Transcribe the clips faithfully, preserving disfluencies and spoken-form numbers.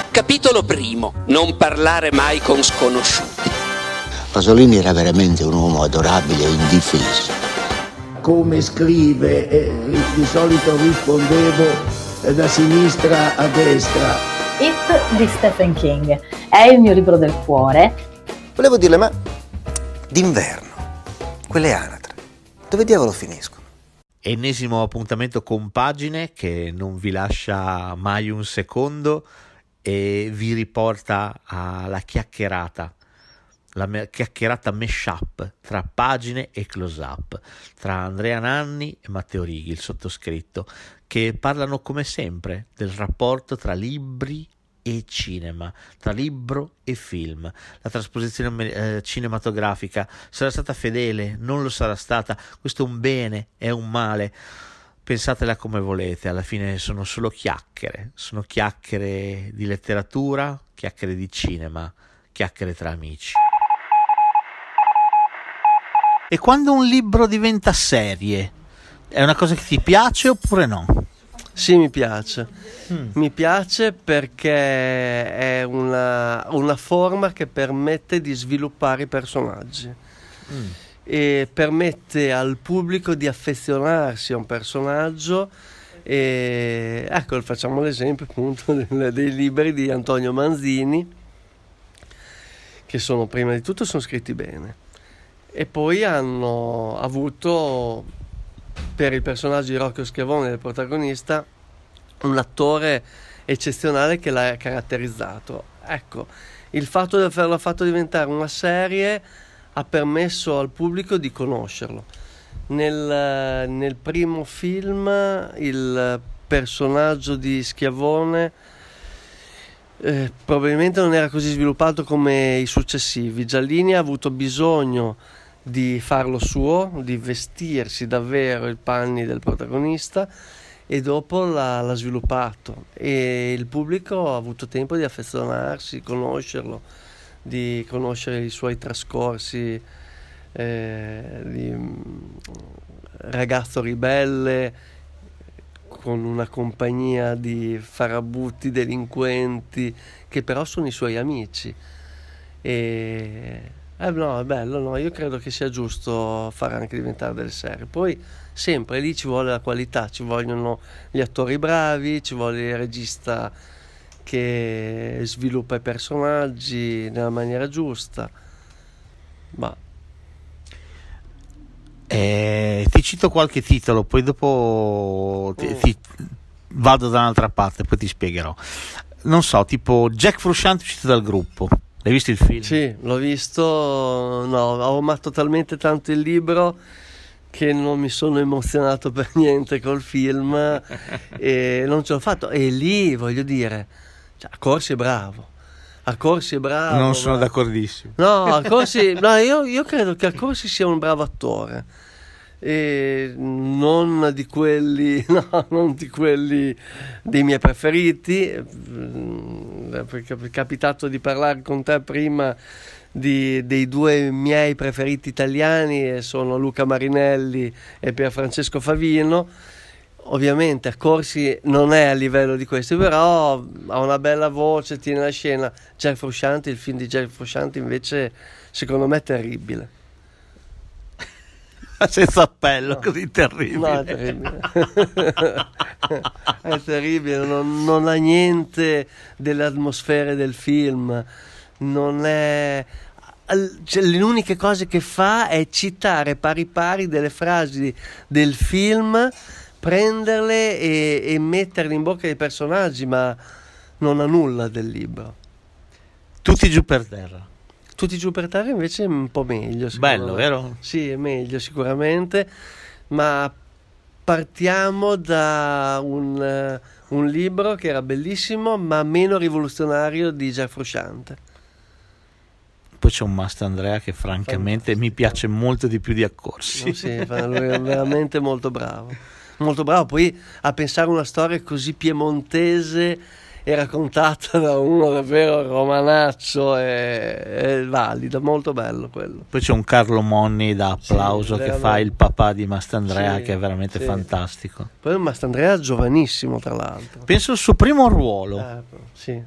Capitolo primo. Non parlare mai con sconosciuti. Pasolini era veramente un uomo adorabile e indifeso. Come scrive, eh, di solito rispondevo eh, da sinistra a destra. It di Stephen King è il mio libro del cuore. Volevo dirle, ma d'inverno, quelle anatre, dove diavolo finiscono? Ennesimo appuntamento con Pagine che non vi lascia mai un secondo e vi riporta alla chiacchierata, la me- chiacchierata mash-up tra Pagine e Close-Up, tra Andrea Nanni e Matteo Righi, il sottoscritto, che parlano come sempre del rapporto tra libri e cinema, tra libro e film. La trasposizione eh, cinematografica sarà stata fedele, non lo sarà stata, questo è un bene, è un male, pensatela come volete, alla fine sono solo chiacchiere, sono chiacchiere di letteratura, chiacchiere di cinema, chiacchiere tra amici. E quando un libro diventa serie, è una cosa che ti piace oppure no? Sì, mi piace. Mm. Mi piace perché è una, una forma che permette di sviluppare i personaggi Mm. e permette al pubblico di affezionarsi a un personaggio. E ecco, facciamo l'esempio appunto dei, dei libri di Antonio Manzini, che sono, prima di tutto, sono scritti bene, e poi hanno avuto per il personaggio di Rocco Schiavone, del protagonista, un attore eccezionale che l'ha caratterizzato. Ecco, il fatto di averlo fatto diventare una serie ha permesso al pubblico di conoscerlo. Nel, nel primo film il personaggio di Schiavone eh, probabilmente non era così sviluppato come i successivi. Giallini ha avuto bisogno di farlo suo, di vestirsi davvero i panni del protagonista, e dopo l'ha, l'ha sviluppato, e il pubblico ha avuto tempo di affezionarsi, conoscerlo, di conoscere i suoi trascorsi eh, di ragazzo ribelle con una compagnia di farabutti delinquenti che però sono i suoi amici. E Eh no, è bello, no? Io credo che sia giusto fare anche diventare delle serie. Poi sempre lì ci vuole la qualità, ci vogliono gli attori bravi, ci vuole il regista che sviluppa i personaggi nella maniera giusta. Ma Eh, ti cito qualche titolo, poi dopo ti, Mm. ti- vado da un'altra parte, poi ti spiegherò. Non so, tipo Jack Frusciante uscito dal gruppo. L'hai visto il film? sì, l'ho visto, no, ho amato talmente tanto il libro che non mi sono emozionato per niente col film e non ce l'ho fatto. E lì, voglio dire, cioè, Accorsi è bravo. Accorsi è bravo. Non sono ma- d'accordissimo. No, Accorsi, no, io, io credo che Accorsi sia un bravo attore. E non di quelli, no, non di quelli dei miei preferiti, mm, perché è capitato di parlare con te prima di, dei due miei preferiti italiani, e sono Luca Marinelli e Pierfrancesco Favino. Ovviamente Accorsi non è a livello di questi, però ha una bella voce, tiene la scena. Jack Frusciante, il film di Jack Frusciante invece secondo me è terribile. Senza appello, No. così terribile. No, è terribile. È terribile, non, non ha niente delle atmosfere del film, non è... Cioè, le uniche cose che fa è citare pari pari delle frasi del film, prenderle e, e metterle in bocca ai personaggi, ma non ha nulla del libro. Tutti giù per terra. Tutti giù per terra invece è un po' meglio. secondo Bello, me. vero? Sì, è meglio sicuramente, ma partiamo da un, eh, un libro che era bellissimo ma meno rivoluzionario di Jack Frusciante. Poi c'è un Mastandrea che francamente mi piace molto di più di Accorsi. No, sì, fa- lui è veramente molto bravo. Molto bravo, poi a pensare una storia così piemontese e raccontata da uno davvero romanaccio e, e valida, molto bello quello. Poi c'è un Carlo Monni da applauso Sì, che veramente. fa il papà di Mastandrea, Sì, che è veramente sì. fantastico. Poi Mastandrea giovanissimo, tra l'altro. Penso al suo primo ruolo. Eh, sì.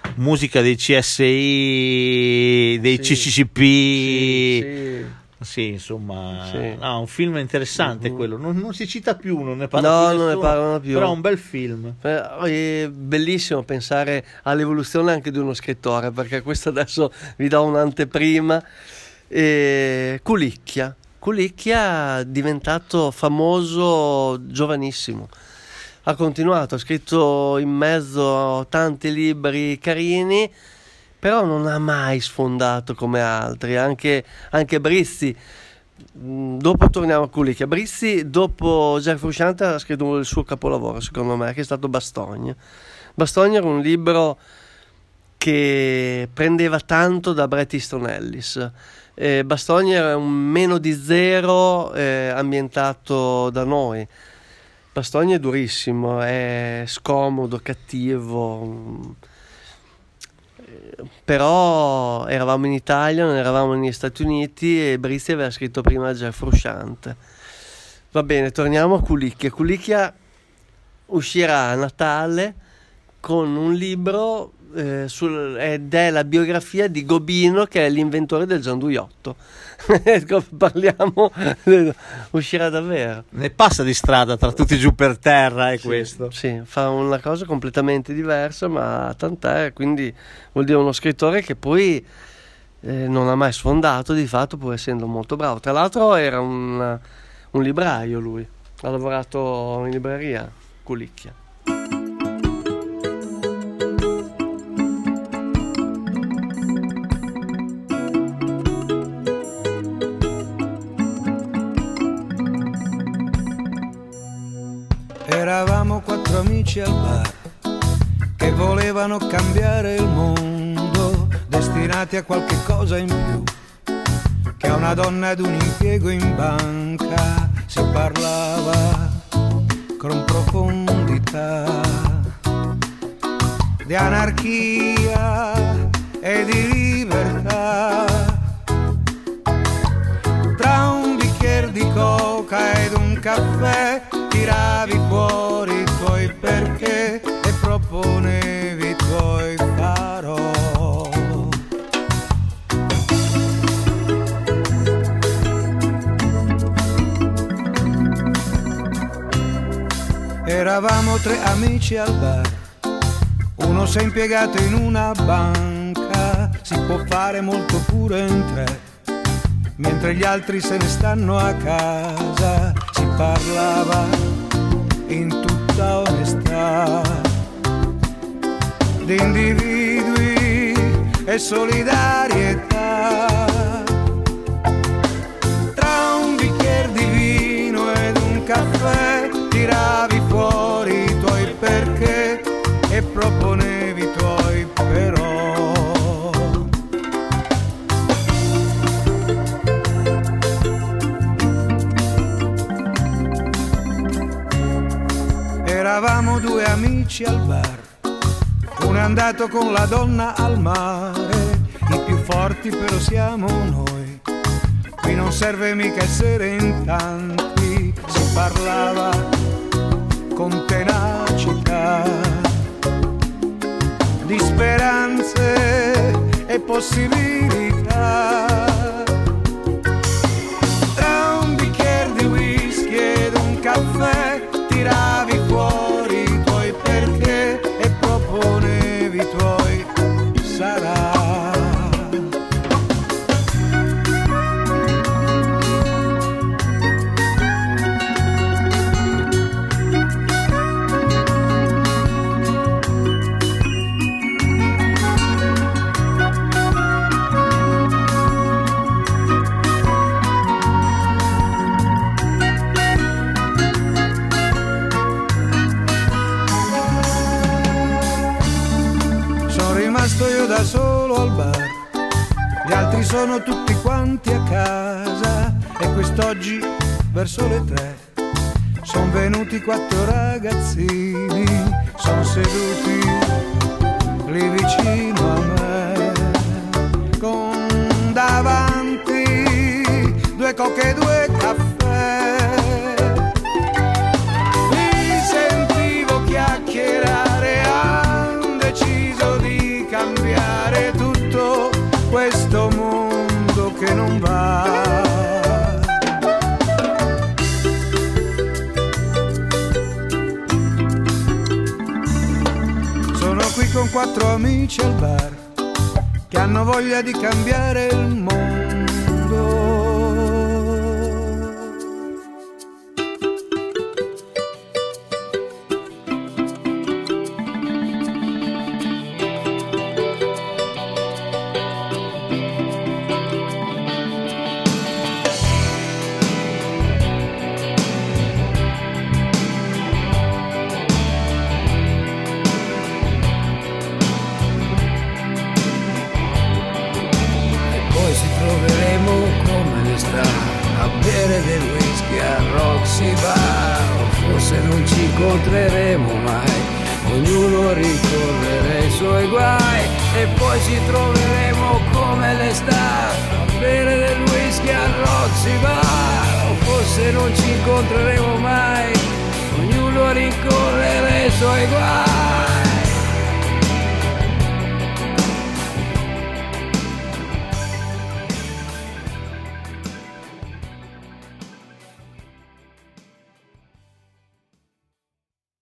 musica dei C S I, dei sì, C C C P. Sì, sì. Sì, insomma, Sì. no, un film interessante Mm-hmm. quello. Non, non si cita più, non ne parla No, più non ne nessuno, parlano più. però è un bel film. Eh, È bellissimo pensare all'evoluzione anche di uno scrittore, perché questo adesso vi do un'anteprima. E Culicchia. Culicchia è diventato famoso giovanissimo. Ha continuato, ha scritto in mezzo tanti libri carini, però non ha mai sfondato come altri, anche, anche Brizzi. Dopo torniamo a Culicchia. Brizzi, dopo Jack Frusciante, ha scritto il suo capolavoro, secondo me, che è stato Bastogne. Bastogne era un libro che prendeva tanto da Bret Easton Ellis. Eh, Bastogne era un meno di zero eh, ambientato da noi. Bastogne è durissimo, è scomodo, cattivo. Però eravamo in Italia, non eravamo negli Stati Uniti e Brizzi aveva scritto prima Jeff Frusciante. Va bene, torniamo a Culicchia. Culicchia uscirà a Natale con un libro eh, sul, ed è la biografia di Gobino, che è l'inventore del gianduiotto. Parliamo, uscirà davvero. Ne passa di strada tra tutti giù per terra, è Sì, questo. sì, fa una cosa completamente diversa, ma tant'è, quindi vuol dire uno scrittore che poi eh, non ha mai sfondato, di fatto, pur essendo molto bravo. Tra l'altro era un, un libraio lui, ha lavorato in libreria, Culicchia. Eravamo quattro amici al bar che volevano cambiare il mondo, destinati a qualche cosa in più che a una donna ed un impiego in banca. Si parlava con profondità di anarchia e di libertà, tra un bicchiere di coca ed un caffè tiravi fuori i tuoi perché e proponevi i tuoi farò. Eravamo tre amici al bar, uno si è impiegato in una banca, si può fare molto pure in tre, mentre gli altri se ne stanno a casa. Si parlava in tutta onestà di individui e solidarietà, tra un bicchiere di vino ed un caffè tiravi fuori i tuoi perché e proponevi i tuoi però. Eravamo due amici al bar, uno è andato con la donna al mare, i più forti però siamo noi, qui non serve mica essere in tanti. Si parlava con tenacità di speranze e possibilità, tra un bicchiere di whisky ed un caffè tiravi fuori i tuoi perché e proponevi i tuoi sarà. Io da solo al bar, gli altri sono tutti quanti a casa e quest'oggi verso le tre son venuti quattro ragazzini, sono seduti lì vicino a me, con davanti due coche e due caffè. Li sentivo chiacchierare, han deciso di cambiare con quattro amici al bar che hanno voglia di cambiare il mondo. A bere del whisky a Roxy Bar, o forse non ci incontreremo mai, ognuno ricorrere ai suoi guai, e poi ci troveremo come le star a bere del whisky a Roxy Bar, o forse non ci incontreremo mai, ognuno rincorrere ai suoi guai.